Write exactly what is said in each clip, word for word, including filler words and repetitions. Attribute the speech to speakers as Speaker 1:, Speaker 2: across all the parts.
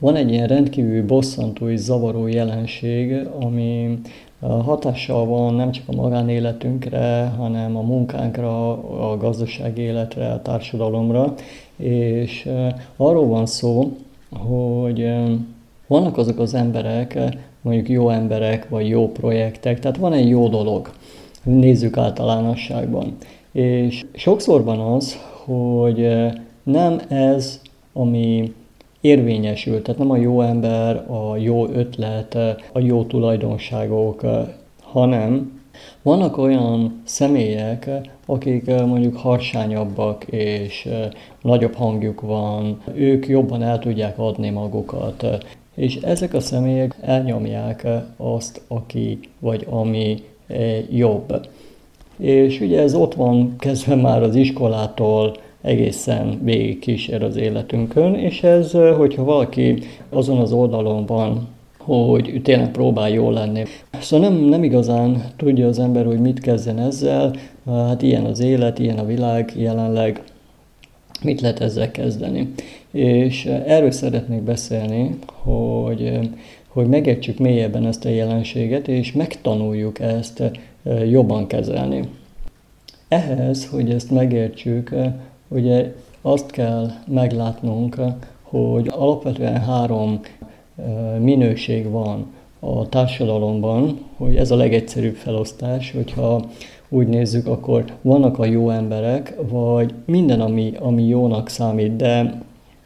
Speaker 1: van egy ilyen rendkívül bosszantó és zavaró jelenség, ami hatással van nem csak a magánéletünkre, hanem a munkánkra, a gazdasági életre, a társadalomra, és arról van szó, hogy vannak azok az emberek, mondjuk jó emberek, vagy jó projektek, tehát van egy jó dolog, nézzük általánosságban. És sokszor van az, hogy nem ez, ami érvényesül, tehát nem a jó ember, a jó ötlet, a jó tulajdonságok, hanem vannak olyan személyek, akik mondjuk harsányabbak és nagyobb hangjuk van, ők jobban el tudják adni magukat, és ezek a személyek elnyomják azt, aki vagy ami jobb. És ugye ez ott van kezdve már az iskolától, egészen végig kísér az életünkön, és ez, hogyha valaki azon az oldalon van, hogy tényleg próbál jól lenni. Szóval nem, nem igazán tudja az ember, hogy mit kezdjen ezzel, hát ilyen az élet, ilyen a világ jelenleg, mit lehet ezzel kezdeni. És erről szeretnék beszélni, hogy, hogy megértsük mélyebben ezt a jelenséget, és megtanuljuk ezt jobban kezelni. Ehhez, hogy ezt megértsük, ugye azt kell meglátnunk, hogy alapvetően három minőség van a társadalomban, hogy ez a legegyszerűbb felosztás, hogyha úgy nézzük, akkor vannak a jó emberek, vagy minden, ami, ami jónak számít, de,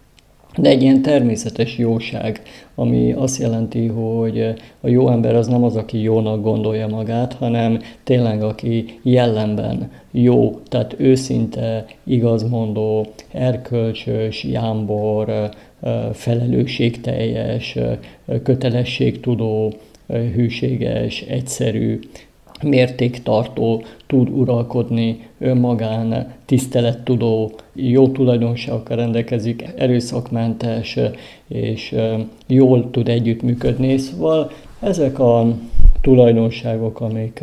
Speaker 1: de egy ilyen természetes jóság, ami azt jelenti, hogy a jó ember az nem az, aki jónak gondolja magát, hanem tényleg aki jellemben jó, tehát őszinte, igazmondó, erkölcsös, jámbor, felelősségteljes, kötelességtudó, hűséges, egyszerű, mértéktartó, tud uralkodni önmagán, tisztelettudó, jó tulajdonságokkal rendelkezik, erőszakmentes, és jól tud együttműködni. Szóval ezek a tulajdonságok, amik,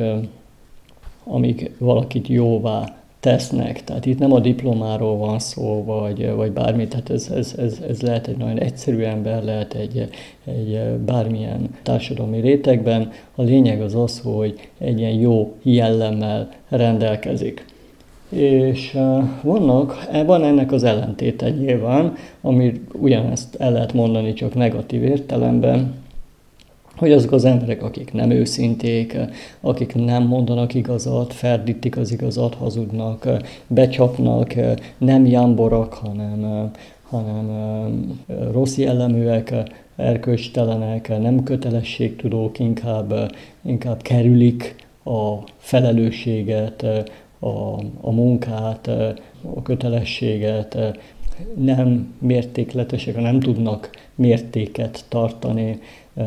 Speaker 1: amik valakit jóvá tesznek. Tehát itt nem a diplomáról van szó, vagy, vagy bármi, tehát ez, ez, ez, ez lehet egy nagyon egyszerű ember, lehet egy, egy bármilyen társadalmi rétegben. A lényeg az az, hogy egy ilyen jó jellemmel rendelkezik. És vannak, van ennek az ellentéte nyilván, ami ugyanezt el lehet mondani csak negatív értelemben, hogy azok az emberek, akik nem őszinték, akik nem mondanak igazat, ferdítik az igazat, hazudnak, becsapnak, nem jámborak, hanem, hanem rossz jelleműek, erkölcstelenek, nem kötelességtudók, inkább, inkább kerülik a felelősséget, a, a munkát, a kötelességet, nem mértékletesek, nem tudnak mértéket tartani,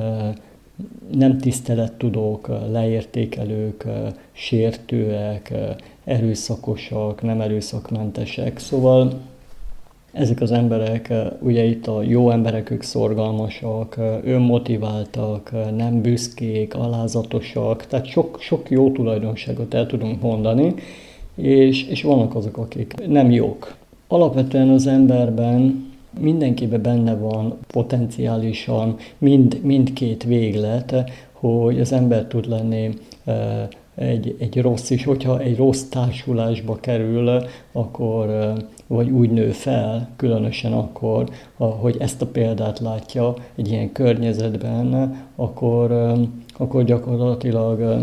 Speaker 1: nem tisztelettudók, leértékelők, sértőek, erőszakosak, nem erőszakmentesek. Szóval ezek az emberek, ugye itt a jó emberek, ők szorgalmasak, önmotiváltak, nem büszkék, alázatosak, tehát sok, sok jó tulajdonságot el tudunk mondani, és, és vannak azok, akik nem jók. Alapvetően az emberben mindenkiben benne van potenciálisan mind, mindkét véglet, hogy az ember tud lenni egy, egy rossz is, hogyha egy rossz társulásba kerül, akkor, vagy úgy nő fel, különösen akkor, hogy ezt a példát látja egy ilyen környezetben, akkor, akkor gyakorlatilag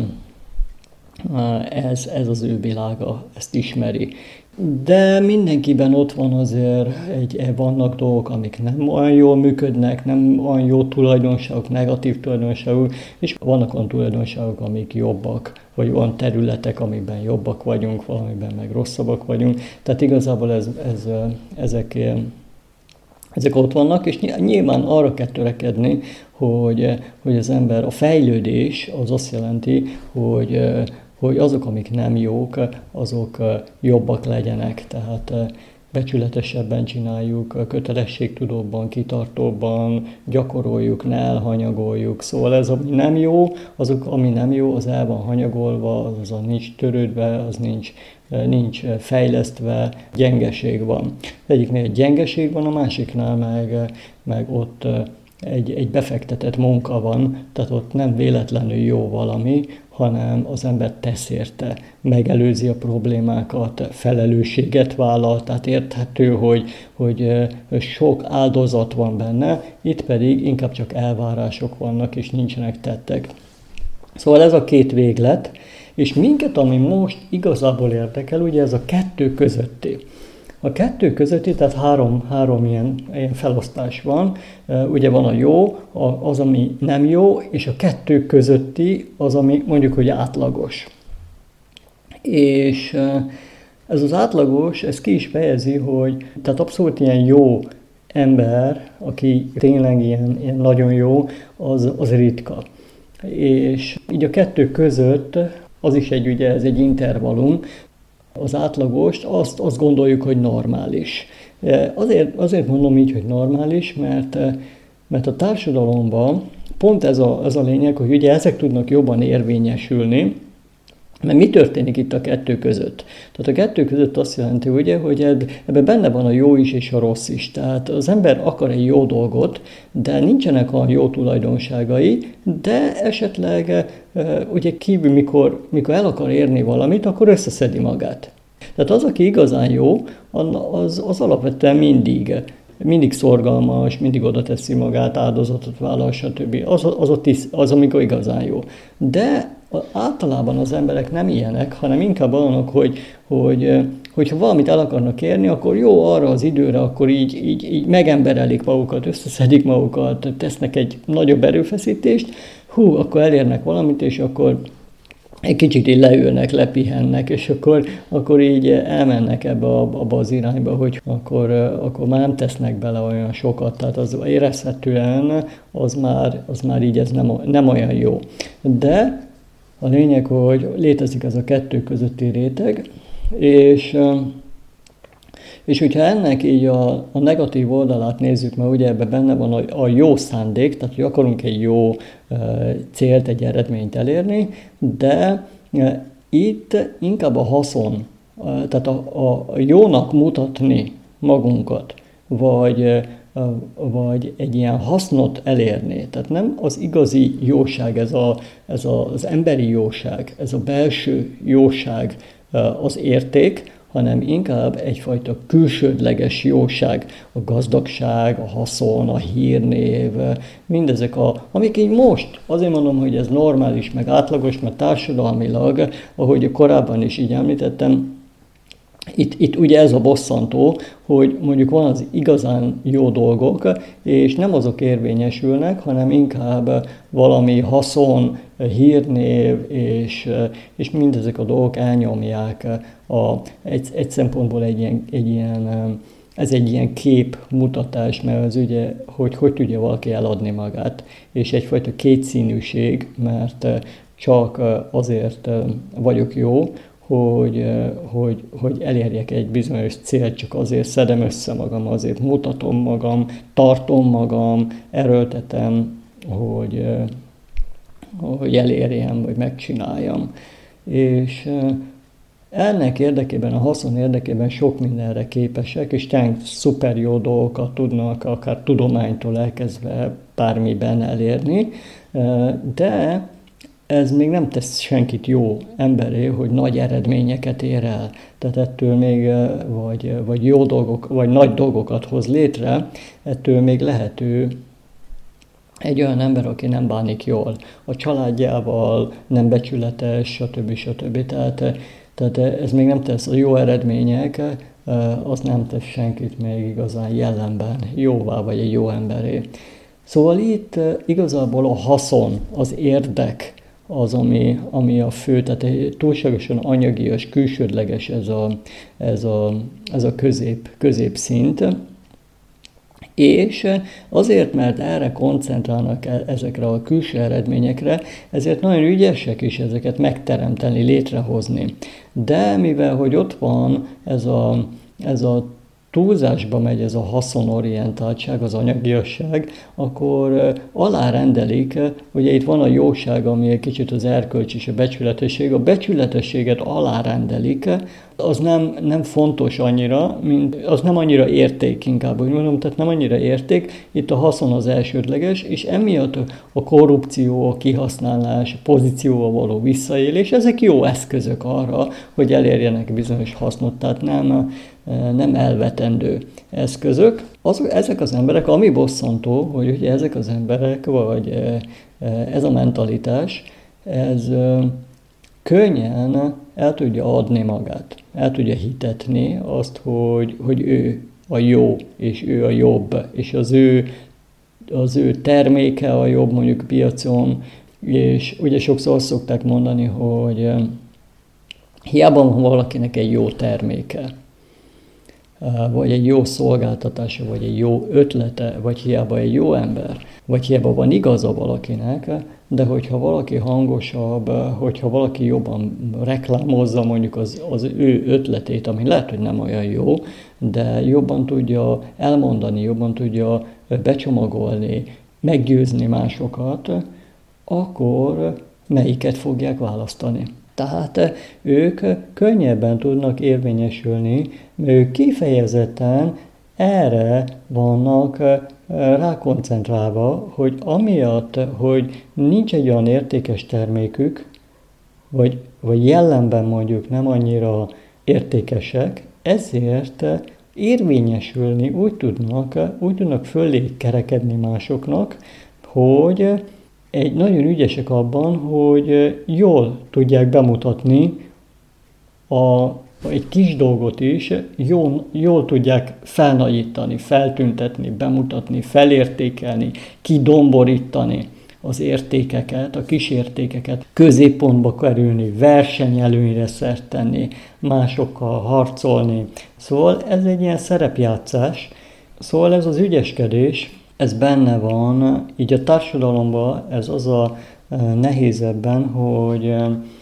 Speaker 1: ez, ez az ő világa, ezt ismeri. De mindenkiben ott van azért, egy, vannak dolgok, amik nem olyan jól működnek, nem olyan jó tulajdonságok, negatív tulajdonságok, és vannak olyan tulajdonságok, amik jobbak, vagy olyan területek, amikben jobbak vagyunk, valamiben meg rosszabbak vagyunk. Tehát igazából ez, ez, ezek, ezek ott vannak, és nyilván arra kell törekedni, hogy, hogy az ember, a fejlődés az azt jelenti, hogy hogy azok, amik nem jók, azok jobbak legyenek. Tehát becsületesebben csináljuk, kötelességtudóbban, kitartóbban, gyakoroljuk, ne elhanyagoljuk. Szóval ez, ami nem jó, azok, ami nem jó, az el van hanyagolva, az, az nincs törődve, az nincs, nincs fejlesztve, gyengeség van. Egyiknél gyengeség van, a másiknál meg, meg ott egy, egy befektetett munka van, tehát ott nem véletlenül jó valami, hanem az ember tesz érte, megelőzi a problémákat, felelősséget vállal, tehát érthető, hogy, hogy sok áldozat van benne, itt pedig inkább csak elvárások vannak, és nincsenek tettek. Szóval ez a két véglet, és minket, ami most igazából érdekel, ugye ez a kettő közötti. A kettő közötti, tehát három, három ilyen, ilyen felosztás van. Ugye van a jó, az, ami nem jó, és a kettő közötti az, ami mondjuk, hogy átlagos. És ez az átlagos, ez ki is fejezi, hogy tehát abszolút ilyen jó ember, aki tényleg ilyen, ilyen nagyon jó, az, az ritka. És így a kettő között az is egy, ugye ez egy intervallum, az átlagost, azt, azt gondoljuk, hogy normális. Azért, azért mondom így, hogy normális, mert, mert a társadalomban pont ez a, ez a lényeg, hogy ugye ezek tudnak jobban érvényesülni, mert mi történik itt a kettő között? Tehát a kettő között azt jelenti, ugye, hogy ebben benne van a jó is és a rossz is. Tehát az ember akar egy jó dolgot, de nincsenek a jó tulajdonságai, de esetleg ugye kívül, mikor, mikor el akar érni valamit, akkor összeszedi magát. Tehát az, aki igazán jó, az, az alapvetően mindig, mindig szorgalmas, mindig oda teszi magát, áldozatot vállal, stb. Az, az, az, tisz, az, amikor igazán jó. De általában az emberek nem ilyenek, hanem inkább olyanok, hogy, hogy, hogyha valamit el akarnak érni, akkor jó arra az időre, akkor így, így, így megemberelik magukat, összeszedik magukat, tesznek egy nagyobb erőfeszítést, hú, akkor elérnek valamit, és akkor egy kicsit így leülnek, lepihennek, és akkor, akkor így elmennek ebbe a, abba az irányba, hogy akkor, akkor már nem tesznek bele olyan sokat, tehát az érezhetően az már, az már így ez nem, nem olyan jó. De a lényeg, hogy létezik ez a kettő közötti réteg, és, és hogyha ennek így a, a negatív oldalát nézzük, mert ugye ebben benne van a, a jó szándék, tehát hogy akarunk egy jó uh, célt, egy eredményt elérni, de uh, itt inkább a haszon, uh, tehát a, a jónak mutatni magunkat, vagy uh, vagy egy ilyen hasznot elérni. Tehát nem az igazi jóság, ez, a, ez a, az emberi jóság, ez a belső jóság az érték, hanem inkább egyfajta külsődleges jóság, a gazdagság, a haszon, a hírnév, mindezek, a, amik így most, azért mondom, hogy ez normális, meg átlagos, mert társadalmilag, ahogy korábban is így említettem, Itt, itt ugye ez a bosszantó, hogy mondjuk van az igazán jó dolgok, és nem azok érvényesülnek, hanem inkább valami haszon, hírnév, és, és mindezek a dolgok elnyomják a, egy, egy szempontból egy ilyen, egy ilyen, ez egy ilyen képmutatás, mert az ugye, hogy hogy tudja valaki eladni magát, és egyfajta kétszínűség, mert csak azért vagyok jó, Hogy, hogy, hogy elérjek egy bizonyos célt, csak azért szedem össze magam, azért mutatom magam, tartom magam, erőltetem, hogy, hogy elérjem, vagy megcsináljam. És ennek érdekében, a haszon érdekében sok mindenre képesek, és tényleg szuper jó dolgokat tudnak, akár tudománytól elkezdve bármiben elérni, de ez még nem tesz senkit jó emberé, hogy nagy eredményeket ér el. Tehát ettől még, vagy, vagy jó dolgok, vagy nagy dolgokat hoz létre, ettől még lehető egy olyan ember, aki nem bánik jól. A családjával, nem becsületes, stb. stb. Tehát, tehát ez még nem tesz, a jó eredmények, az nem tesz senkit még igazán jellemben jóvá, vagy egy jó emberé. Szóval itt igazából a haszon, az érdek, az, ami, ami a fő, tehát túlságosan anyagias, külsődleges ez a, ez a, ez a közép, középszint. És azért, mert erre koncentrálnak ezekre a külső eredményekre, ezért nagyon ügyesek is ezeket megteremteni, létrehozni. De mivel, hogy ott van ez a, ez a túlzásba megy ez a haszonorientáltság, az anyagiasság, akkor alárendelik, ugye itt van a jóság, ami egy kicsit az erkölcs és a becsületesség, a becsületességet alárendelik, az nem, nem fontos annyira, mint, az nem annyira érték inkább, úgy mondom, tehát nem annyira érték, itt a haszon az elsődleges, és emiatt a korrupció, a kihasználás, a pozícióval való visszaélés, ezek jó eszközök arra, hogy elérjenek bizonyos hasznot, tehát nem, nem elvetendő eszközök. Az, ezek az emberek, ami bosszantó, hogy ugye ezek az emberek, vagy ez a mentalitás, ez könnyen el tudja adni magát, el tudja hitetni azt, hogy, hogy ő a jó, és ő a jobb, és az ő, az ő terméke a jobb mondjuk piacon, és ugye sokszor azt szokták mondani, hogy hiába van valakinek egy jó terméke, vagy egy jó szolgáltatása, vagy egy jó ötlete, vagy hiába egy jó ember, vagy hiába van igaza valakinek, de hogyha valaki hangosabb, hogyha valaki jobban reklámozza mondjuk az, az ő ötletét, ami lehet, hogy nem olyan jó, de jobban tudja elmondani, jobban tudja becsomagolni, meggyőzni másokat, akkor melyiket fogják választani. Tehát ők könnyebben tudnak érvényesülni, mert ők kifejezetten erre vannak rákoncentrálva, hogy amiatt, hogy nincs egy olyan értékes termékük, vagy, vagy jellemben mondjuk nem annyira értékesek, ezért érvényesülni úgy tudnak, úgy tudnak fölé kerekedni másoknak, hogy egy nagyon ügyesek abban, hogy jól tudják bemutatni a, egy kis dolgot is, jól, jól tudják felnagyítani, feltüntetni, bemutatni, felértékelni, kidomborítani az értékeket, a kis értékeket, középpontba kerülni, versenyelőnyre szert tenni, másokkal harcolni. Szóval ez egy ilyen szerepjátszás, szóval ez az ügyeskedés, ez benne van, így a társadalomban ez az a nehéz ebben, hogy,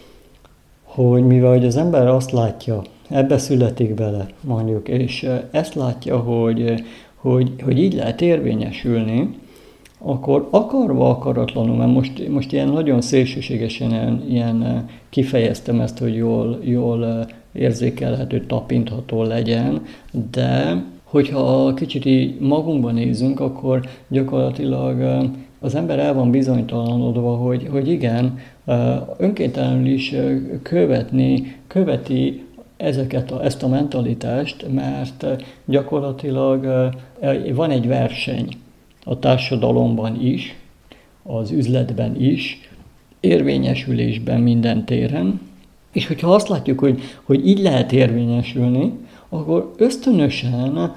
Speaker 1: hogy mivel hogy az ember azt látja, ebbe születik bele mondjuk, és ezt látja, hogy, hogy, hogy így lehet érvényesülni, akkor akarva akaratlanul, mert most, most ilyen nagyon szélsőségesen ilyen, ilyen kifejeztem ezt, hogy jól, jól érzékelhető, tapintható legyen, de hogyha kicsit így magunkban nézünk, akkor gyakorlatilag az ember el van bizonytalanodva, hogy, hogy igen, önkéntelenül is követni, követi ezeket a, ezt a mentalitást, mert gyakorlatilag van egy verseny a társadalomban is, az üzletben is, érvényesülésben minden téren, és hogyha azt látjuk, hogy, hogy így lehet érvényesülni, akkor ösztönösen,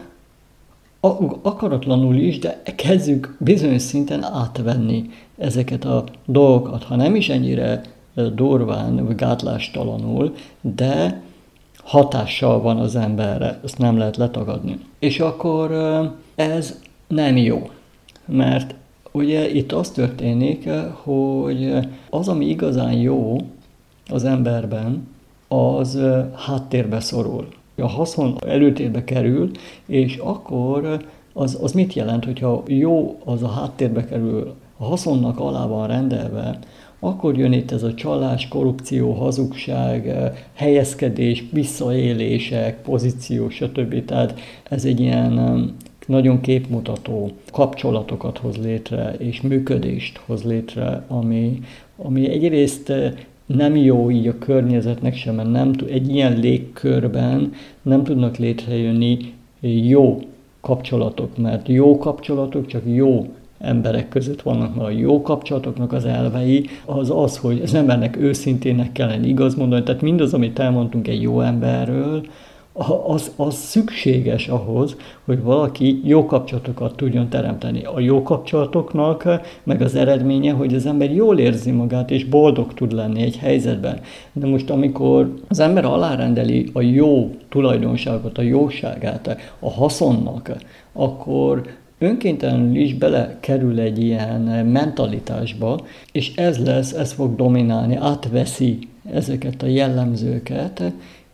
Speaker 1: akaratlanul is, de kezdjük bizonyos szinten átvenni ezeket a dolgokat, ha nem is ennyire durván, vagy gátlástalanul, de hatással van az emberre, ezt nem lehet letagadni. És akkor ez nem jó, mert ugye itt az történik, hogy az, ami igazán jó az emberben, az háttérbe szorul. A haszon előtérbe kerül, és akkor az, az mit jelent, hogyha jó az a háttérbe kerül, a haszonnak alá van rendelve, akkor jön itt ez a csalás, korrupció, hazugság, helyezkedés, visszaélések, pozíció, stb. Tehát ez egy ilyen nagyon képmutató kapcsolatokat hoz létre, és működést hoz létre, ami, ami egyrészt nem jó így a környezetnek sem, mert nem, egy ilyen légkörben nem tudnak létrejönni jó kapcsolatok, mert jó kapcsolatok csak jó emberek között vannak, mert a jó kapcsolatoknak az elvei az az, hogy az embernek őszintének kellene igaz mondani, tehát mindaz, amit elmondtunk egy jó emberről, az, az szükséges ahhoz, hogy valaki jó kapcsolatokat tudjon teremteni. A jó kapcsolatoknak meg az eredménye, hogy az ember jól érzi magát, és boldog tud lenni egy helyzetben. De most, amikor az ember alárendeli a jó tulajdonságot, a jóságát a haszonnak, akkor önkéntelenül is belekerül egy ilyen mentalitásba, és ez lesz, ez fog dominálni, átveszi ezeket a jellemzőket,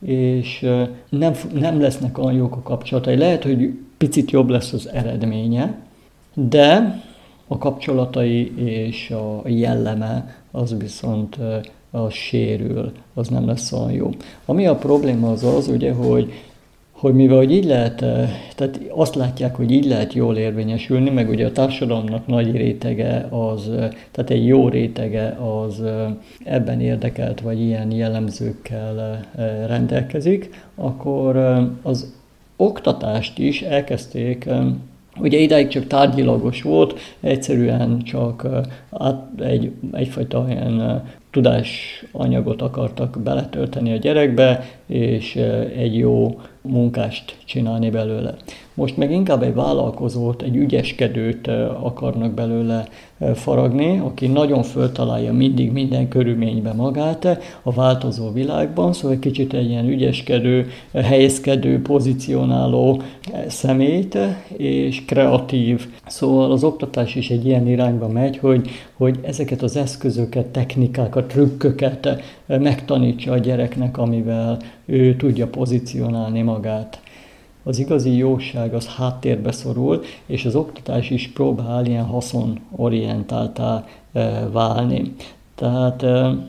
Speaker 1: és nem, nem lesznek olyan jók a kapcsolatai. Lehet, hogy picit jobb lesz az eredménye, de a kapcsolatai és a jelleme az viszont az sérül, az nem lesz olyan jó. Ami a probléma az az, ugye, hogy hogy mivel hogy így lehet, tehát azt látják, hogy így lehet jól érvényesülni, meg ugye a társadalomnak nagy rétege az, tehát egy jó rétege az ebben érdekelt, vagy ilyen jellemzőkkel rendelkezik, akkor az oktatást is elkezdték, ugye idáig csak tárgyilagos volt, egyszerűen csak egy, egyfajta ilyen tudásanyagot akartak beletölteni a gyerekbe, és egy jó munkást csinálni belőle. Most meg inkább egy vállalkozót, egy ügyeskedőt akarnak belőle faragni, aki nagyon föltalálja mindig minden körülményben magát a változó világban, szóval egy kicsit egy ilyen ügyeskedő, helyezkedő, pozícionáló személyt, és kreatív. Szóval az oktatás is egy ilyen irányba megy, hogy, hogy ezeket az eszközöket, technikákat, trükköket megtanítsa a gyereknek, amivel ő tudja pozícionálni magát. Az igazi jóság az háttérbe szorul, és az oktatás is próbál ilyen haszonorientáltá válni. Tehát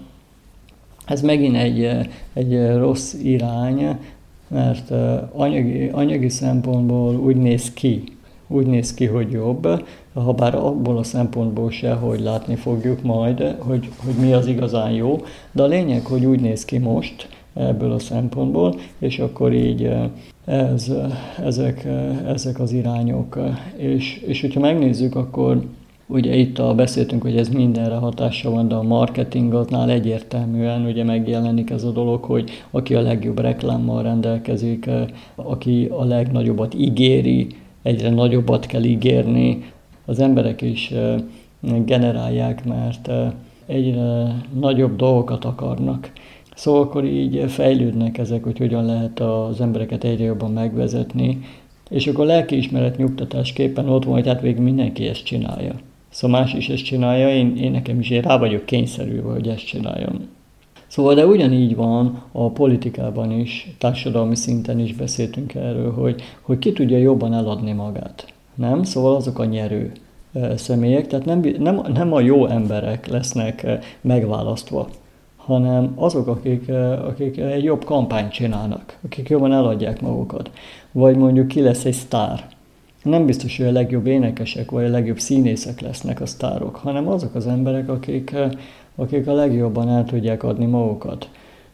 Speaker 1: ez megint egy, egy rossz irány, mert anyagi, anyagi szempontból úgy néz ki, úgy néz ki, hogy jobb, ha bár abból a szempontból se, hogy látni fogjuk majd, hogy, hogy mi az igazán jó, de a lényeg, hogy úgy néz ki most ebből a szempontból, és akkor így ez, ezek, ezek az irányok. És, és hogyha megnézzük, akkor ugye itt a, beszéltünk, hogy ez mindenre hatással van, de a marketing aznál egyértelműen ugye megjelenik ez a dolog, hogy aki a legjobb reklámmal rendelkezik, aki a legnagyobbat ígéri, egyre nagyobbat kell ígérni, az emberek is generálják, mert egyre nagyobb dolgokat akarnak. Szóval akkor így fejlődnek ezek, hogy hogyan lehet az embereket egyre jobban megvezetni, és akkor lelkiismeret nyugtatásképpen ott van, hogy hát végig mindenki ezt csinálja. Szóval más is ezt csinálja, én, én nekem is én rá vagyok kényszerülve, hogy ezt csináljam. Szóval de ugyanígy van a politikában is, társadalmi szinten is beszéltünk erről, hogy, hogy ki tudja jobban eladni magát. Nem? Szóval azok a nyerő személyek, tehát nem, nem, nem a jó emberek lesznek megválasztva, hanem azok, akik, akik egy jobb kampányt csinálnak, akik jobban eladják magukat. Vagy mondjuk ki lesz egy sztár. Nem biztos, hogy a legjobb énekesek vagy a legjobb színészek lesznek a sztárok, hanem azok az emberek, akik, akik a legjobban el tudják adni magukat.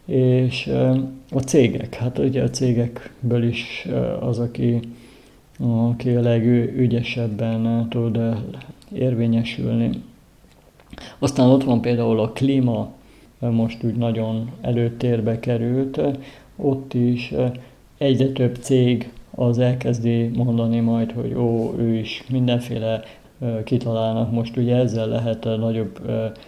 Speaker 1: És a cégek, hát ugye a cégekből is az, aki, aki a legügyesebben tud érvényesülni. Aztán ott van például a klíma, most úgy nagyon előtérbe került, ott is egyre több cég az elkezdi mondani majd, hogy ó, ő is mindenféle kitalálnak, most ugye ezzel lehet nagyobb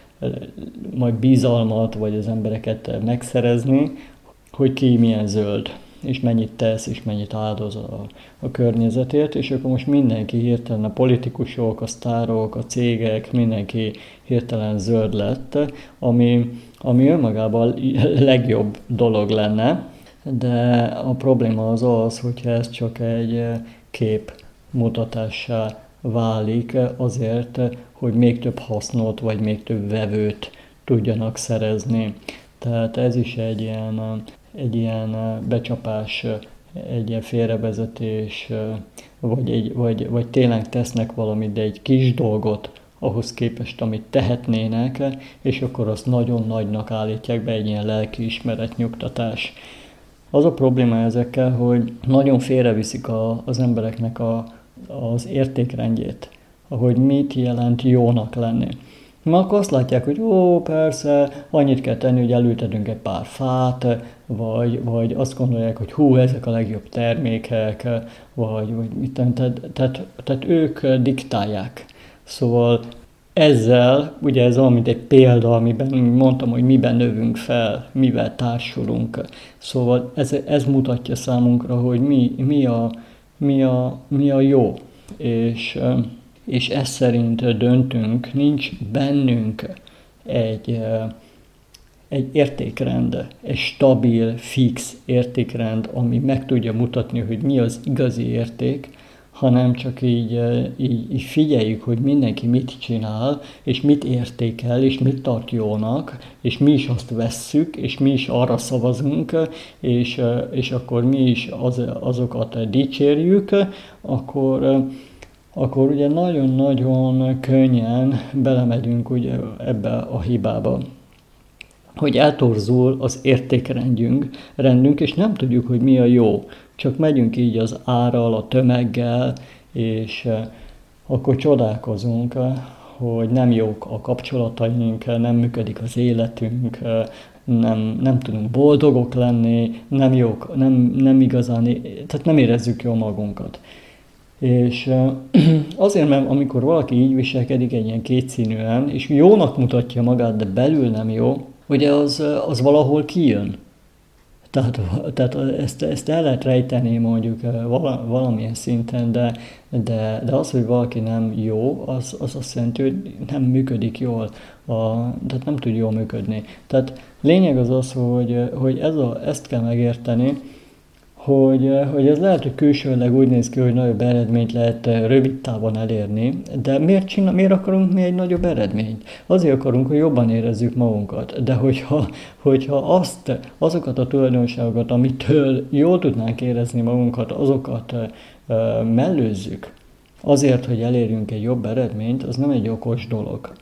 Speaker 1: majd bizalmat, vagy az embereket megszerezni, hogy ki milyen zöld, és mennyit tesz, és mennyit áldoz a, a környezetért, és akkor most mindenki hirtelen, a politikusok, a sztárok, a cégek, mindenki hirtelen zöld lett, ami, ami önmagában legjobb dolog lenne, de a probléma az az, hogyha ez csak egy kép mutatássá válik azért, hogy még több hasznot, vagy még több vevőt tudjanak szerezni. Tehát ez is egy ilyen, egy ilyen becsapás, egy ilyen félrevezetés, vagy, egy, vagy, vagy tényleg tesznek valamit, de egy kis dolgot ahhoz képest, amit tehetnének, és akkor azt nagyon nagynak állítják be, egy ilyen lelkiismeret nyugtatás. Az a probléma ezekkel, hogy nagyon félreviszik a, az embereknek a, az értékrendjét, hogy mit jelent jónak lenni. Ma akkor azt látják, hogy ó, persze, annyit kell tenni, hogy elültetünk egy pár fát, vagy, vagy azt gondolják, hogy hú, ezek a legjobb termékek, vagy, vagy mit tudom, tehát, tehát, tehát ők diktálják. Szóval ezzel, ugye ez olyan, mint egy példa, amiben mondtam, hogy miben növünk fel, mivel társulunk. Szóval ez, ez mutatja számunkra, hogy mi, mi, a, mi, a, mi a jó. És, és ez szerint döntünk, nincs bennünk egy, egy értékrend, egy stabil, fix értékrend, ami meg tudja mutatni, hogy mi az igazi érték, hanem csak így, így, így figyeljük, hogy mindenki mit csinál, és mit értékel, és mit tart jónak, és mi is azt vesszük, és mi is arra szavazunk, és, és akkor mi is az, azokat dicsérjük, akkor, akkor ugye nagyon-nagyon könnyen belemegyünk ugye ebbe a hibába, hogy eltorzul az értékrendünk, rendünk, és nem tudjuk, hogy mi a jó. Csak megyünk így az árral, a tömeggel, és akkor csodálkozunk, hogy nem jók a kapcsolataink, nem működik az életünk, nem, nem tudunk boldogok lenni, nem jók, nem, nem igazán, tehát nem érezzük jól magunkat. És azért, mert amikor valaki így viselkedik egy ilyen kétszínűen, és jónak mutatja magát, de belül nem jó, ugye az, az valahol kijön. Tehát, tehát ezt, ezt el lehet rejteni mondjuk valamilyen szinten, de, de, de az, hogy valaki nem jó, az, az azt jelenti, hogy nem működik jól, a, tehát nem tud jól működni. Tehát lényeg az az, hogy, hogy ez a, ezt kell megérteni, hogy, hogy ez lehet, hogy külsőleg úgy néz ki, hogy nagyobb eredményt lehet rövid távon elérni, de miért, csinál, miért akarunk mi egy nagyobb eredményt? Azért akarunk, hogy jobban érezzük magunkat, de hogyha, hogyha azt, azokat a tulajdonságokat, amitől jól tudnánk érezni magunkat, azokat uh, mellőzzük, azért, hogy elérjünk egy jobb eredményt, az nem egy okos dolog.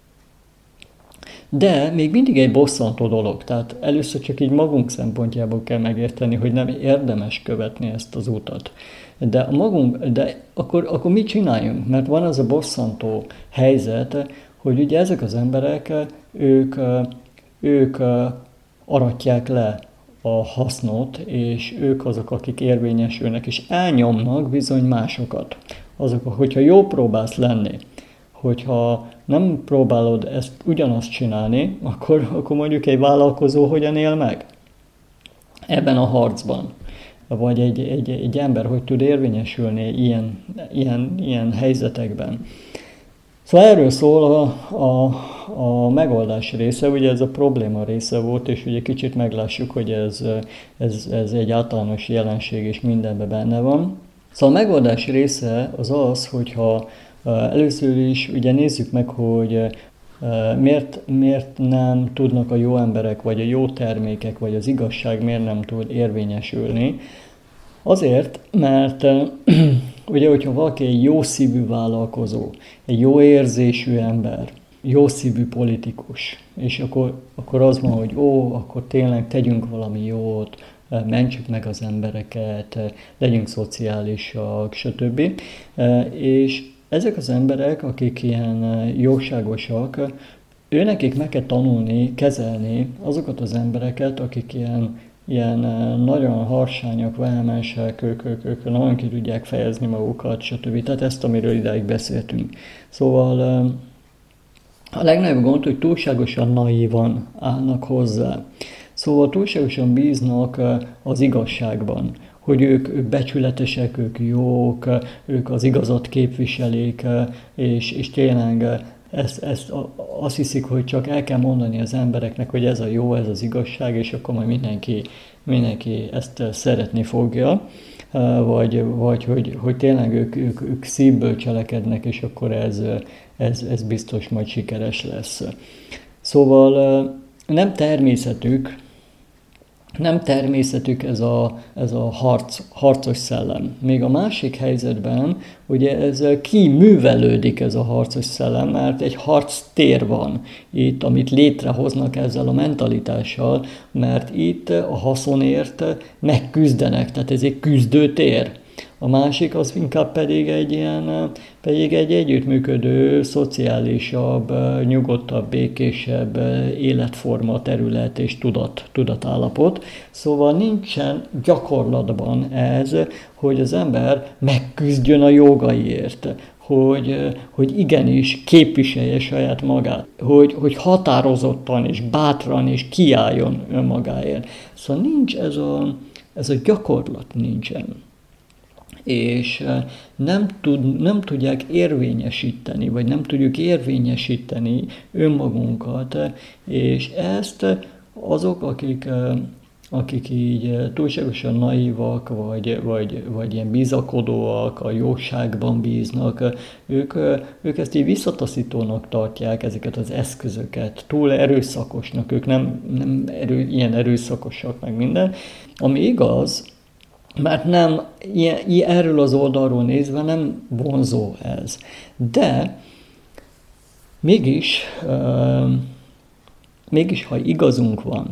Speaker 1: De még mindig egy bosszantó dolog, tehát először csak így magunk szempontjából kell megérteni, hogy nem érdemes követni ezt az utat. De, a magunk, de akkor, akkor mit csináljunk? Mert van az a bosszantó helyzet, hogy ugye ezek az emberek, ők, ők aratják le a hasznot, és ők azok, akik érvényesülnek, és elnyomnak bizony másokat. Azok, hogyha jó próbálsz lenni, hogyha nem próbálod ezt ugyanazt csinálni, akkor, akkor mondjuk egy vállalkozó hogyan él meg ebben a harcban. Vagy egy, egy, egy ember hogy tud érvényesülni ilyen, ilyen, ilyen helyzetekben. Szóval erről szól a, a, a megoldás része, ugye ez a probléma része volt, és ugye kicsit meglássuk, hogy ez, ez, ez egy általános jelenség, és mindenben benne van. Szóval a megoldás része az az, hogyha először is ugye nézzük meg, hogy miért, miért nem tudnak a jó emberek, vagy a jó termékek, vagy az igazság miért nem tud érvényesülni. Azért, mert ugye, hogyha valaki egy jó szívű vállalkozó, egy jó érzésű ember, jó szívű politikus, és akkor, akkor az van, hogy ó, akkor tényleg tegyünk valami jót, mentsük meg az embereket, legyünk szociálisak, stb. És ezek az emberek, akik ilyen jóságosak, őnekik meg kell tanulni, kezelni azokat az embereket, akik ilyen, ilyen nagyon harsányak, vehemensek, ők, ők, ők nagyon ki tudják fejezni magukat, stb. Tehát ezt, amiről idáig beszéltünk. Szóval a legnagyobb gond, hogy túlságosan naívan állnak hozzá. Szóval túlságosan bíznak az igazságban, hogy ők, ők becsületesek, ők jók, ők az igazat képviselik, és, és tényleg ezt, ezt, azt hiszik, hogy csak el kell mondani az embereknek, hogy ez a jó, ez az igazság, és akkor majd mindenki, mindenki ezt szeretni fogja, vagy, vagy hogy, hogy tényleg ők, ők, ők szívből cselekednek, és akkor ez, ez, ez biztos majd sikeres lesz. Szóval nem természetük, Nem természetük ez a, ez a harc, harcos szellem. Még a másik helyzetben, ugye ez kiművelődik ez a harcos szellem, mert egy harc tér van itt, amit létrehoznak ezzel a mentalitással, mert itt a haszonért megküzdenek, tehát ez egy küzdőtér. A másik az inkább pedig egy ilyen, pedig egy együttműködő, szociálisabb, nyugodtabb, békésebb életforma, terület és tudat, tudatállapot. Szóval nincsen gyakorlatban ez, hogy az ember megküzdjön a jogaiért, hogy, hogy igenis képviselje saját magát, hogy, hogy határozottan és bátran és kiálljon önmagáért. Szóval nincs ez a, ez a gyakorlat nincsen. És nem, tud, nem tudják érvényesíteni, vagy nem tudjuk érvényesíteni önmagunkat, és ezt azok, akik, akik így túlságosan naívak, vagy, vagy, vagy ilyen bizakodóak, a jóságban bíznak, ők, ők ezt így visszataszítónak tartják, ezeket az eszközöket, túl erőszakosnak, ők nem, nem erő, ilyen erőszakosak, meg minden, ami igaz, mert nem, ilyen, erről az oldalról nézve nem vonzó ez. De mégis, uh, mégis ha igazunk van,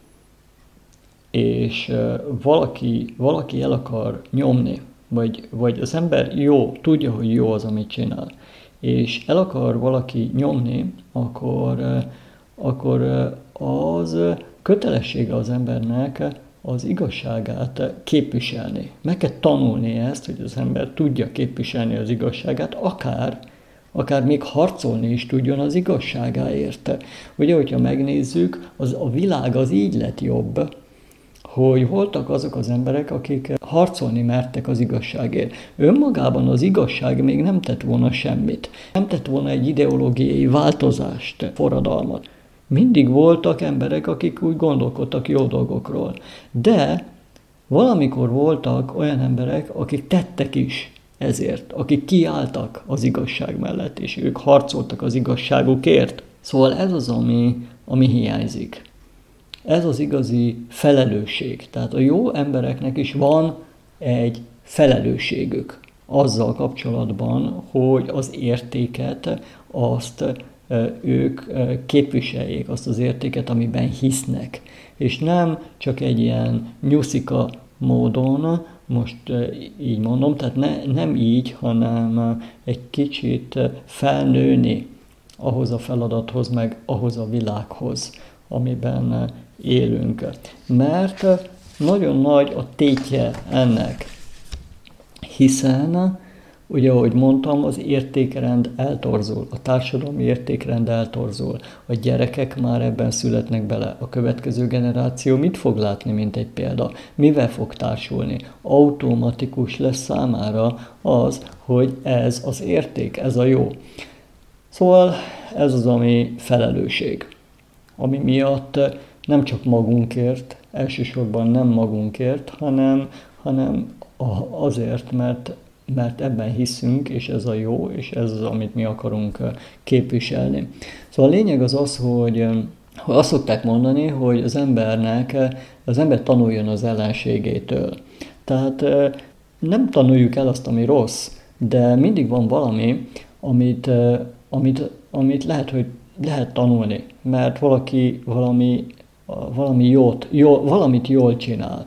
Speaker 1: és uh, valaki, valaki el akar nyomni, vagy, vagy az ember jó, tudja, hogy jó az, amit csinál, és el akar valaki nyomni, akkor, uh, akkor uh, az kötelessége az embernek az igazságát képviselni. Meg kell tanulni ezt, hogy az ember tudja képviselni az igazságát, akár, akár még harcolni is tudjon az igazságáért. Ugye, hogyha megnézzük, az, a világ az így lett jobb, hogy voltak azok az emberek, akik harcolni mertek az igazságért. Önmagában az igazság még nem tett volna semmit. Nem tett volna egy ideológiai változást, forradalmat. Mindig voltak emberek, akik úgy gondolkodtak jó dolgokról. De valamikor voltak olyan emberek, akik tettek is ezért, akik kiálltak az igazság mellett, és ők harcoltak az igazságukért. Szóval ez az, ami, ami hiányzik. Ez az igazi felelősség. Tehát a jó embereknek is van egy felelősségük azzal kapcsolatban, hogy az értéket, azt ők képviseljék, azt az értéket, amiben hisznek. És nem csak egy ilyen nyuszika módon, most így mondom, tehát ne, nem így, hanem egy kicsit felnőni ahhoz a feladathoz, meg ahhoz a világhoz, amiben élünk. Mert nagyon nagy a tétje ennek, hiszen, ugye, ahogy mondtam, az értékrend eltorzul, a társadalmi értékrend eltorzul, a gyerekek már ebben születnek bele, a következő generáció mit fog látni, mint egy példa? Mivel fog társulni? Automatikus lesz számára az, hogy ez az érték, ez a jó. Szóval ez az, ami felelősség, ami miatt nem csak magunkért, elsősorban nem magunkért, hanem, hanem azért, mert mert ebben hiszünk, és ez a jó, és ez az, amit mi akarunk képviselni. Szóval a lényeg az az, hogy, hogy azt szokták mondani, hogy az embernek, az ember tanuljon az ellenségétől. Tehát nem tanuljuk el azt, ami rossz, de mindig van valami, amit, amit, amit lehet, hogy lehet tanulni, mert valaki valami, valami jót, jó, valamit jól csinál.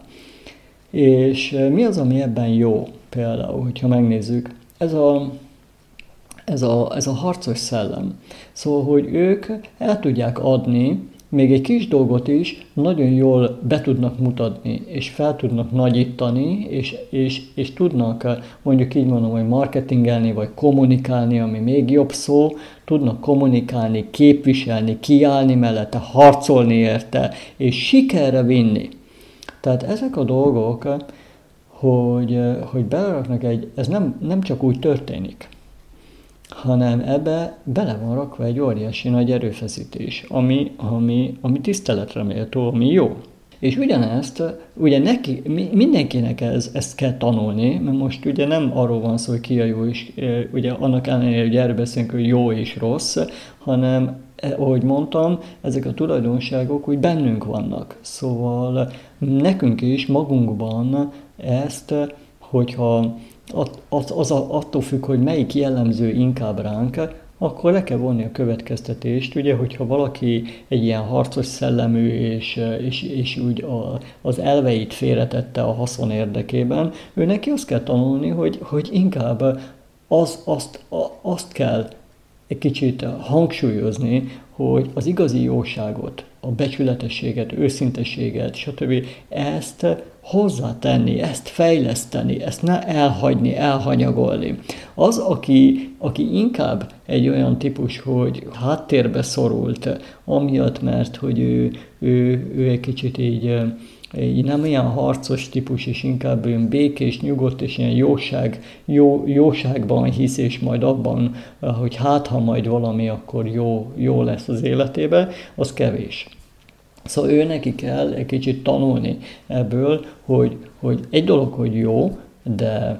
Speaker 1: És mi az, ami ebben jó? Például, hogyha megnézzük, ez a, ez, a, ez a harcos szellem. Szóval, hogy ők el tudják adni, még egy kis dolgot is nagyon jól be tudnak mutatni, és fel tudnak nagyítani, és, és, és tudnak, mondjuk így mondom, hogy marketingelni, vagy kommunikálni, ami még jobb szó, tudnak kommunikálni, képviselni, kiállni mellette, harcolni érte, és sikerre vinni. Tehát ezek a dolgok, hogy, hogy beleraknak egy, ez nem, nem csak úgy történik, hanem ebbe bele van rakva egy óriási nagy erőfeszítés, ami, ami, ami tiszteletre méltó, ami jó. És ugyanezt, ugye neki, mindenkinek ez, ezt kell tanulni, mert most ugye nem arról van szó, hogy ki a jó is, ugye annak ellenére, hogy erről beszélünk, hogy jó és rossz, hanem, ahogy mondtam, ezek a tulajdonságok úgy bennünk vannak. Szóval nekünk is magunkban ezt, hogyha az, az attól függ, hogy melyik jellemző inkább ránk, akkor le kell vonni a következtetést, ugye, hogyha valaki egy ilyen harcos szellemű, és, és, és úgy a, az elveit félretette a haszon érdekében, ő neki azt kell tanulni, hogy, hogy inkább az, azt, azt kell egy kicsit hangsúlyozni, hogy az igazi jóságot, a becsületességet, őszintességet, stb. Ezt hozzátenni, ezt fejleszteni, ezt ne elhagyni, elhanyagolni. Az, aki, aki inkább egy olyan típus, hogy háttérbe szorult, amiatt, mert hogy ő, ő, ő egy kicsit így, így nem ilyen harcos típus, és inkább olyan békés, nyugodt, és ilyen jóság, jó, jóságban hisz, és majd abban, hogy hát, ha majd valami, akkor jó, jó lesz az életébe, az kevés. Szóval ő neki kell egy kicsit tanulni ebből, hogy, hogy egy dolog, hogy jó, de,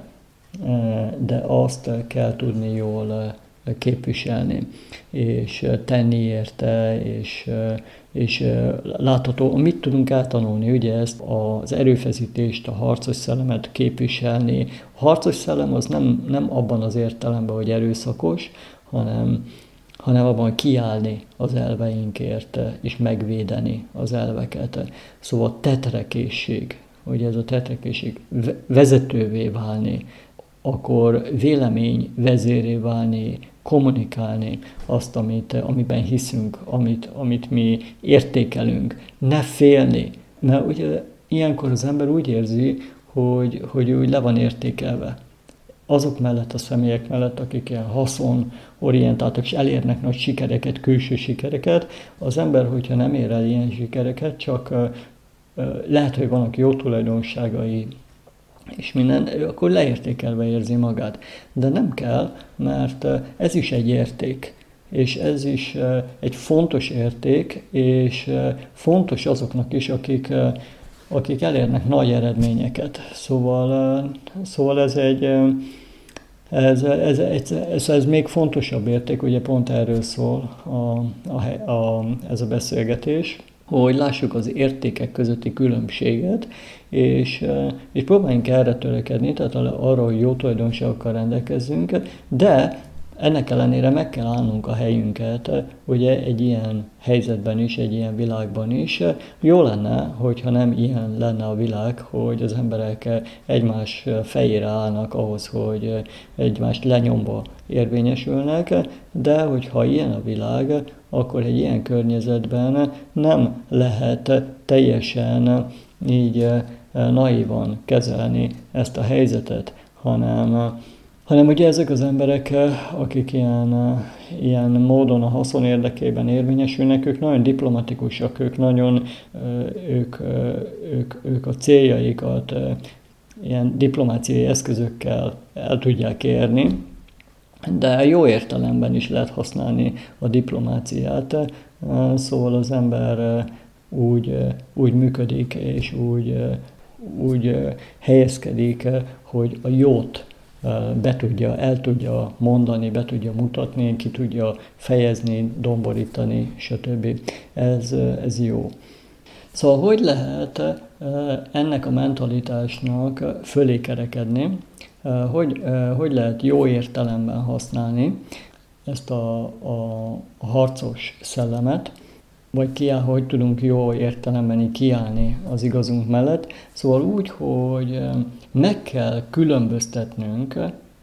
Speaker 1: de azt kell tudni jól képviselni, és tenni érte, és, és látható, mit tudunk eltanulni, ugye ezt az erőfeszítést, a harcos szellemet képviselni. A harcos szellem az nem, nem abban az értelemben, hogy erőszakos, hanem, hanem abban kiállni az elveinkért, és megvédeni az elveket. Szóval tetrekészség, hogy ez a tetrekészség vezetővé válni, akkor vélemény vezéré válni, kommunikálni azt, amit, amiben hiszünk, amit, amit mi értékelünk. Ne félni, mert ugye ilyenkor az ember úgy érzi, hogy, hogy úgy le van értékelve. Azok mellett, a személyek mellett, akik ilyen haszonorientáltak és elérnek nagy sikereket, külső sikereket, az ember, hogyha nem ér el ilyen sikereket, csak uh, uh, lehet, hogy vannak jó tulajdonságai, és minden, akkor leértékelve érzi magát. De nem kell, mert ez is egy érték, és ez is egy fontos érték, és fontos azoknak is, akik, akik elérnek nagy eredményeket. Szóval, szóval ez egy ez, ez, ez, ez, ez még fontosabb érték, ugye pont erről szól a, a, a, ez a beszélgetés, hogy lássuk az értékek közötti különbséget, és, és próbáljunk erre törekedni, tehát arra, hogy jó tulajdonságokkal rendelkezzünk, de ennek ellenére meg kell állnunk a helyünket, ugye egy ilyen helyzetben is, egy ilyen világban is. Jó lenne, hogyha nem ilyen lenne a világ, hogy az emberek egymás fejére állnak ahhoz, hogy egymást lenyomva érvényesülnek, de hogyha ilyen a világ, akkor egy ilyen környezetben nem lehet teljesen így naívan kezelni ezt a helyzetet, hanem, hanem ugye ezek az emberek, akik ilyen, ilyen módon a haszon érdekében érvényesülnek, ők nagyon diplomatikusak, ők nagyon, ők, ők, ők a céljaikat ilyen diplomáciai eszközökkel el tudják érni, de jó értelemben is lehet használni a diplomáciát, szóval az ember úgy, úgy működik, és úgy, úgy helyezkedik, hogy a jót be tudja, el tudja mondani, be tudja mutatni, ki tudja fejezni, domborítani, stb. Ez, ez jó. Szóval hogy lehet ennek a mentalitásnak fölé kerekedni, hogy, hogy lehet jó értelemben használni ezt a, a, a harcos szellemet, vagy kiáll, hogy tudunk jó értelemben kiállni az igazunk mellett. Szóval úgy, hogy meg kell különböztetnünk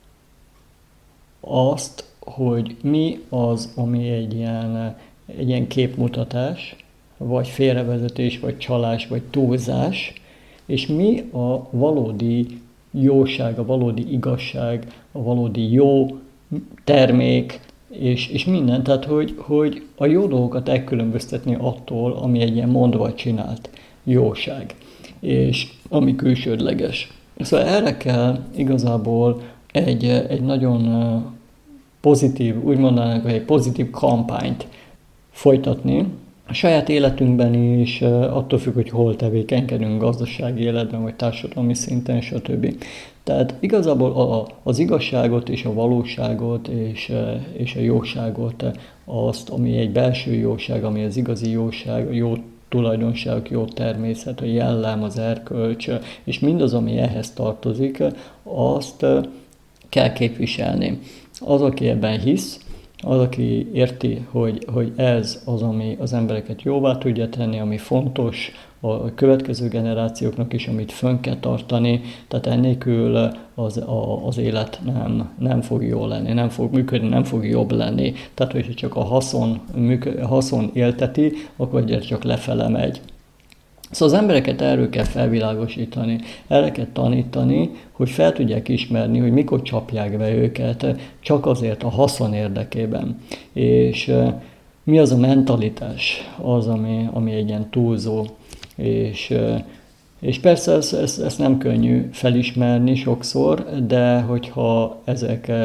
Speaker 1: azt, hogy mi az, ami egy ilyen, egy ilyen képmutatás, vagy félrevezetés, vagy csalás, vagy túlzás, és mi a valódi jóság, a valódi igazság, a valódi jó termék, és, és minden. Tehát, hogy, hogy a jó dolgokat elkülönböztetni attól, ami egy ilyen mondva csinált jóság, és ami külsődleges. Szóval erre kell igazából egy, egy nagyon pozitív, úgy mondanánk, hogy egy pozitív kampányt folytatni, a saját életünkben is, attól függ, hogy hol tevékenykedünk, gazdasági életben, vagy társadalmi szinten, stb. Tehát igazából a, az igazságot és a valóságot és, és a jóságot, azt, ami egy belső jóság, ami az igazi jóság, a jó tulajdonságok, jó természet, a jellem, az erkölcs, és mindaz, ami ehhez tartozik, azt kell képviselni. Az, aki ebben hisz, az, aki érti, hogy, hogy ez az, ami az embereket jóvá tudja tenni, ami fontos a következő generációknak is, amit fönn kell tartani, tehát ennélkül az, a, az élet nem, nem fog jól lenni, nem fog működni, nem fog jobb lenni. Tehát, hogyha csak a haszon, működ, haszon élteti, akkor gyere csak lefele megy. Szóval az embereket erről kell felvilágosítani, erre kell tanítani, hogy fel tudják ismerni, hogy mikor csapják be őket, csak azért a haszon érdekében. És mi az a mentalitás, az, ami, ami egy ilyen túlzó. És, és persze ezt ez, ez nem könnyű felismerni sokszor, de hogyha ezek,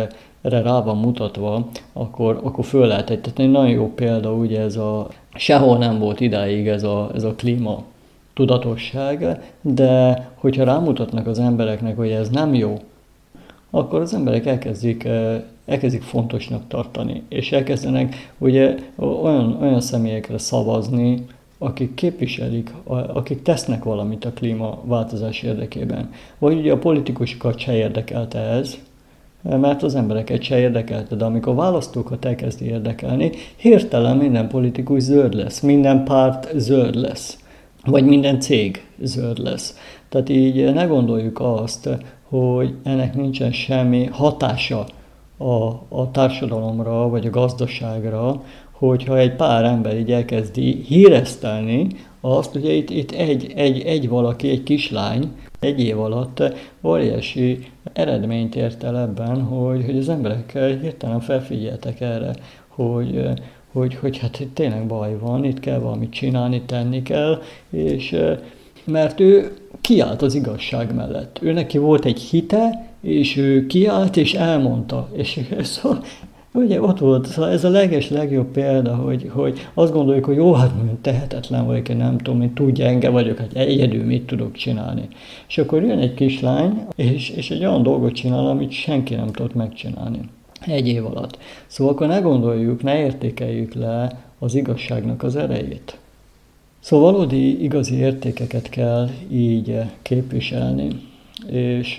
Speaker 1: rá van mutatva, akkor, akkor föl lehet egy. Tehát egy nagyon jó példa, ugye ez a, sehol nem volt idáig ez a, ez a klíma tudatosság, de hogyha rámutatnak az embereknek, hogy ez nem jó, akkor az emberek elkezdik, elkezdik fontosnak tartani, és elkezdenek ugye olyan, olyan személyekre szavazni, akik képviselik, akik tesznek valamit a klímaváltozás érdekében. Vagy ugye a politikusokat se érdekelte ez, mert az embereket se érdekelte, de amikor a választókat elkezdi érdekelni, hirtelen minden politikus zöld lesz, minden párt zöld lesz, vagy minden cég zöld lesz. Tehát így ne gondoljuk azt, hogy ennek nincsen semmi hatása a, a társadalomra, vagy a gazdaságra, hogyha egy pár ember így elkezdi híresztelni azt, ugye itt, itt egy, egy, egy valaki, egy kislány egy év alatt óriási eredményt ért el ebben, hogy, hogy az emberek hirtelen felfigyeltek erre, hogy, hogy, hogy hát tényleg baj van, itt kell valamit csinálni, tenni kell, és mert ő kiállt az igazság mellett. Ő neki volt egy hite, és ő kiállt és elmondta. És szóval, ugye ott volt, szóval ez a leges, legjobb példa, hogy, hogy azt gondoljuk, hogy jó, hát mondjuk tehetetlen vagyok, én nem tudom, én túl gyenge vagyok, hát egyedül mit tudok csinálni. És akkor jön egy kislány, és, és egy olyan dolgot csinál, amit senki nem tudott megcsinálni. Egy év alatt. Szóval akkor ne gondoljuk, ne értékeljük le az igazságnak az erejét. Szóval valódi, igazi értékeket kell így képviselni. És,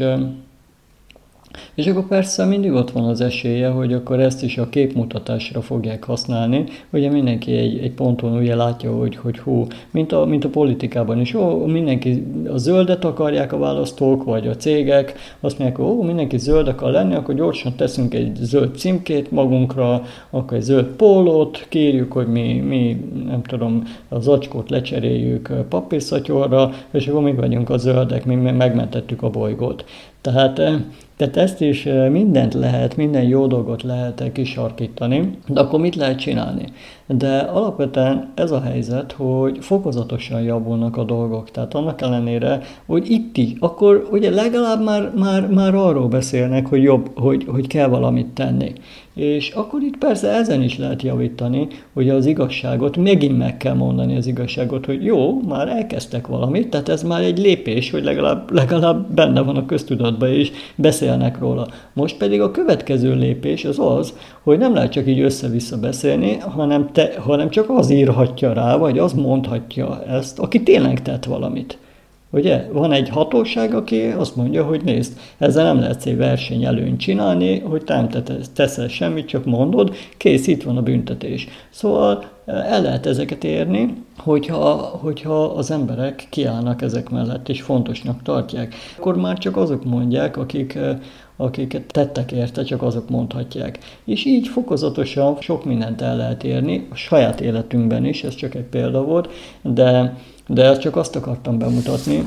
Speaker 1: és akkor persze mindig ott van az esélye, hogy akkor ezt is a képmutatásra fogják használni. Ugye mindenki egy, egy ponton ugye látja, hogy, hogy hú, mint a, mint a politikában is, ó, mindenki a zöldet akarják a választók, vagy a cégek, azt mondják, hogy ó, mindenki zöld akar lenni, akkor gyorsan teszünk egy zöld címkét magunkra, akkor egy zöld pólót, kérjük, hogy mi, mi nem tudom, az acskót lecseréljük papírszatyorra, és akkor mi vagyunk a zöldek, mi megmentettük a bolygót. Tehát, tehát ezt is mindent lehet, minden jó dolgot lehet kisarkítani, de akkor mit lehet csinálni? De alapvetően ez a helyzet, hogy fokozatosan javulnak a dolgok. Tehát annak ellenére, hogy itt így, akkor ugye legalább már, már, már arról beszélnek, hogy jobb, hogy, hogy kell valamit tenni. És akkor itt persze ezen is lehet javítani, hogy az igazságot, megint meg kell mondani az igazságot, hogy jó, már elkezdtek valamit, tehát ez már egy lépés, hogy legalább, legalább benne van a köztudatban, és beszélnek róla. Most pedig a következő lépés az az, hogy nem lehet csak így össze-vissza beszélni, hanem, te, hanem csak az írhatja rá, vagy az mondhatja ezt, aki tényleg tett valamit. Ugye? Van egy hatóság, aki azt mondja, hogy nézd, ezzel nem lehet egy versenyelőnyt csinálni, hogy te nem teszel semmit, csak mondod, kész, itt van a büntetés. Szóval el lehet ezeket érni, hogyha, hogyha az emberek kiállnak ezek mellett, és fontosnak tartják. Akkor már csak azok mondják, akik, akiket tettek érte, csak azok mondhatják. És így fokozatosan sok mindent el lehet érni, a saját életünkben is, ez csak egy példa volt, de De csak azt akartam bemutatni,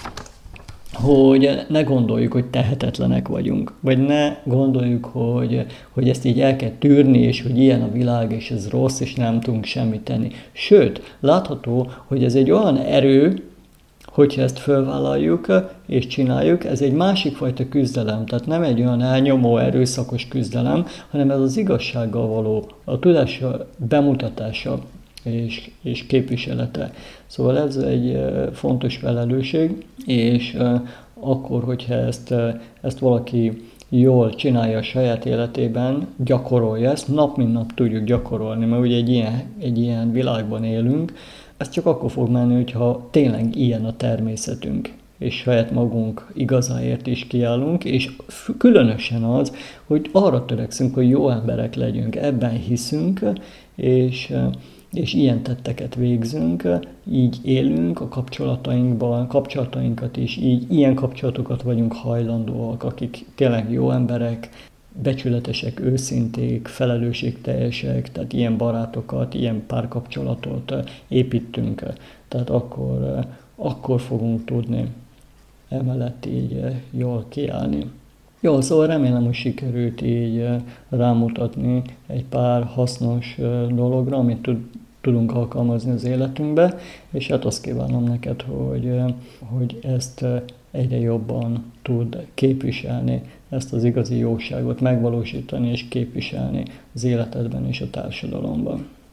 Speaker 1: hogy ne gondoljuk, hogy tehetetlenek vagyunk, vagy ne gondoljuk, hogy, hogy ezt így el kell tűrni, és hogy ilyen a világ, és ez rossz, és nem tudunk semmit tenni. Sőt, látható, hogy ez egy olyan erő, hogyha ezt fölvállaljuk és csináljuk, ez egy másik fajta küzdelem, tehát nem egy olyan elnyomó, erőszakos küzdelem, hanem ez az igazsággal való, a tudás bemutatása és, és képviselete. Szóval ez egy fontos felelősség, és akkor, hogyha ezt, ezt valaki jól csinálja a saját életében, gyakorolja ezt, nap mint nap tudjuk gyakorolni, mert ugye egy ilyen, egy ilyen világban élünk, ez csak akkor fog menni, hogyha tényleg ilyen a természetünk, és saját magunk igazáért is kiállunk, és különösen az, hogy arra törekszünk, hogy jó emberek legyünk, ebben hiszünk, és és ilyen tetteket végzünk, így élünk a kapcsolatainkban, kapcsolatainkat is, így ilyen kapcsolatokat vagyunk hajlandóak, akik tényleg jó emberek, becsületesek, őszinték, felelősségteljesek, tehát ilyen barátokat, ilyen párkapcsolatot építünk, tehát akkor, akkor fogunk tudni emellett így jól kiállni. Jó, szóval remélem, hogy sikerült így rámutatni egy pár hasznos dologra, amit tudunk alkalmazni az életünkbe, és hát azt kívánom neked, hogy, hogy ezt egyre jobban tud képviselni, ezt az igazi jóságot megvalósítani és képviselni az életedben és a társadalomban.